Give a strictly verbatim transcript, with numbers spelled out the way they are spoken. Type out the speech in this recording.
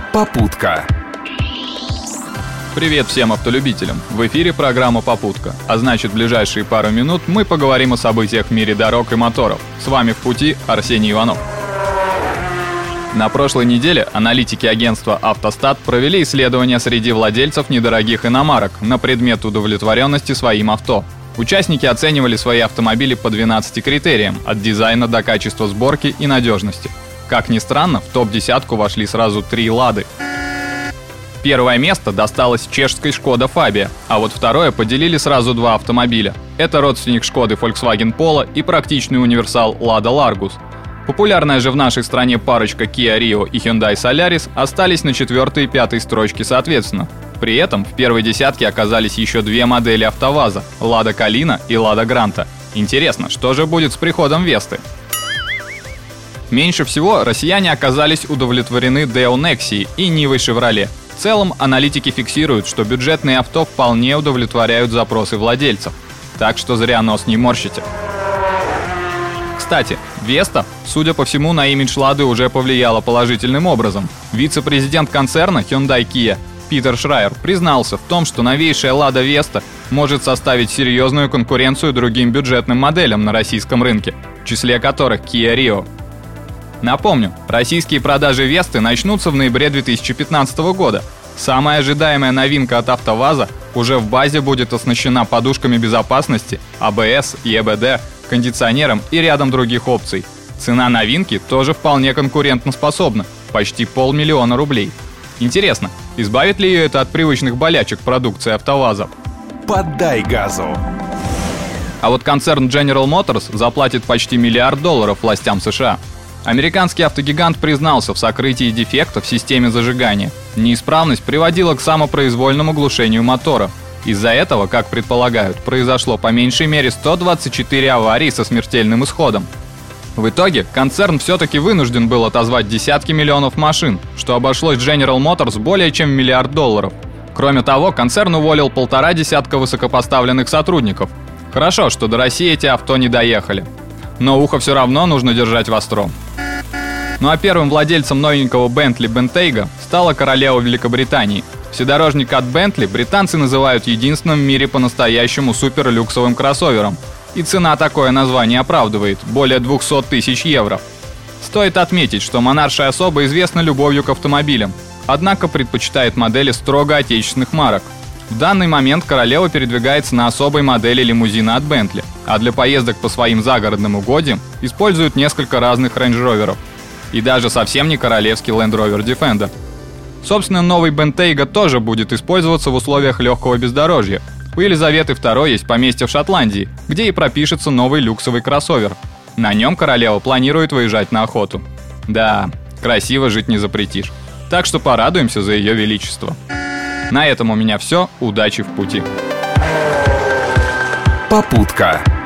Попутка. Привет всем автолюбителям! В эфире программа «Попутка», а значит в ближайшие пару минут мы поговорим о событиях в мире дорог и моторов. С вами в пути Арсений Иванов. На прошлой неделе аналитики агентства «Автостат» провели исследование среди владельцев недорогих иномарок на предмет удовлетворенности своим авто. Участники оценивали свои автомобили по двенадцати критериям, от дизайна до качества сборки и надежности. Как ни странно, в топ-десятку вошли сразу три «Лады». Первое место досталось чешской «Шкода Фабия», а вот второе поделили сразу два автомобиля. Это родственник «Шкоды» Volkswagen Polo и практичный универсал «Лада Largus». Популярная же в нашей стране парочка Kia Rio и Hyundai Solaris остались на четвертой и пятой строчке соответственно. При этом в первой десятке оказались еще две модели АвтоВАЗа – Lada Kalina и Lada Granta. Интересно, что же будет с приходом Весты? Меньше всего россияне оказались удовлетворены Deo Nexia и Нивой Chevrolet. В целом, аналитики фиксируют, что бюджетные авто вполне удовлетворяют запросы владельцев. Так что зря нос не морщите. Кстати, Веста, судя по всему, на имидж Лады уже повлияла положительным образом. Вице-президент концерна Hyundai Kia Питер Шрайер признался в том, что новейшая Лада Веста может составить серьезную конкуренцию другим бюджетным моделям на российском рынке, в числе которых Kia Rio. Напомню, российские продажи Весты начнутся в ноябре две тысячи пятнадцатого года. Самая ожидаемая новинка от АвтоВАЗа уже в базе будет оснащена подушками безопасности, а бэ эс и э бэ дэ, кондиционером и рядом других опций. Цена новинки тоже вполне конкурентоспособна – почти полмиллиона рублей. Интересно, избавит ли ее это от привычных болячек продукции АвтоВАЗа? Поддай газу. А вот концерн General Motors заплатит почти миллиард долларов властям США. Американский автогигант признался в сокрытии дефекта в системе зажигания. Неисправность приводила к самопроизвольному глушению мотора. Из-за этого, как предполагают, произошло по меньшей мере сто двадцать четыре аварии со смертельным исходом. В итоге концерн все-таки вынужден был отозвать десятки миллионов машин, что обошлось General Motors более чем в миллиард долларов. Кроме того, концерн уволил полтора десятка высокопоставленных сотрудников. Хорошо, что до России эти авто не доехали. Но ухо все равно нужно держать востро. Ну а первым владельцем новенького Bentley Bentayga стала королева Великобритании. Вседорожник от Bentley британцы называют единственным в мире по-настоящему суперлюксовым кроссовером. И цена такое название оправдывает – более двухсот тысяч евро. Стоит отметить, что монаршая особа известна любовью к автомобилям, однако предпочитает модели строго отечественных марок. В данный момент королева передвигается на особой модели лимузина от Bentley, а для поездок по своим загородным угодьям использует несколько разных рейндж-роверов. И даже совсем не королевский Land Rover Defender. Собственно, новый Bentayga тоже будет использоваться в условиях легкого бездорожья. У Елизаветы второй есть поместье в Шотландии, где и пропишется новый люксовый кроссовер. На нем королева планирует выезжать на охоту. Да, красиво жить не запретишь. Так что порадуемся за ее величество. На этом у меня все. Удачи в пути. Попутка.